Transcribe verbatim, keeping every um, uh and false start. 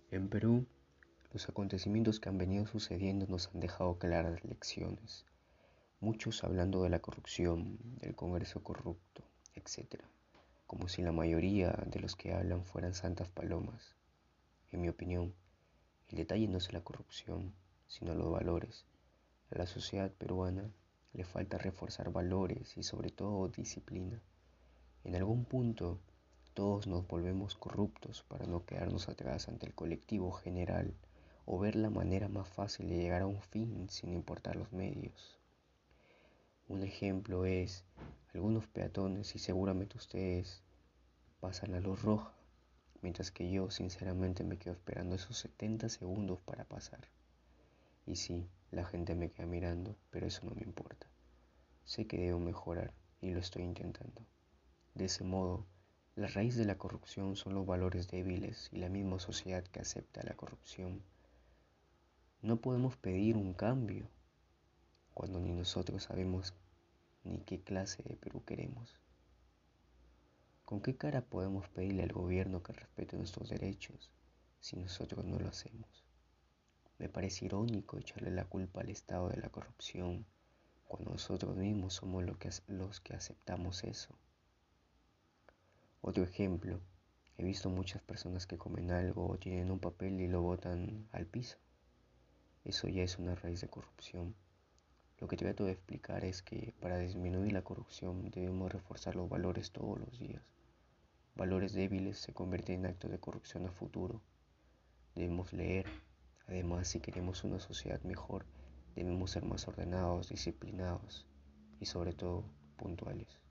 En Perú, los acontecimientos que han venido sucediendo nos han dejado claras lecciones, muchos hablando de la corrupción, del Congreso corrupto, etcétera, como si la mayoría de los que hablan fueran santas palomas. En mi opinión, el detalle no es la corrupción, sino los valores. A la sociedad peruana le falta reforzar valores y sobre todo disciplina. En algún punto, todos nos volvemos corruptos para no quedarnos atrás ante el colectivo general o ver la manera más fácil de llegar a un fin sin importar los medios. Un ejemplo es algunos peatones y seguramente ustedes pasan la luz roja, mientras que yo sinceramente me quedo esperando esos setenta segundos para pasar. Y sí, la gente me queda mirando, pero eso no me importa. Sé que debo mejorar y lo estoy intentando. De ese modo, la raíz de la corrupción son los valores débiles y la misma sociedad que acepta la corrupción. No podemos pedir un cambio cuando ni nosotros sabemos ni qué clase de Perú queremos. ¿Con qué cara podemos pedirle al gobierno que respete nuestros derechos si nosotros no lo hacemos? Me parece irónico echarle la culpa al estado de la corrupción cuando nosotros mismos somos lo que, los que aceptamos eso. Otro ejemplo, he visto muchas personas que comen algo o tienen un papel y lo botan al piso. Eso ya es una raíz de corrupción. Lo que trato de explicar es que para disminuir la corrupción debemos reforzar los valores todos los días. Valores débiles se convierten en actos de corrupción a futuro. Debemos leer. Además, si queremos una sociedad mejor, debemos ser más ordenados, disciplinados y sobre todo puntuales.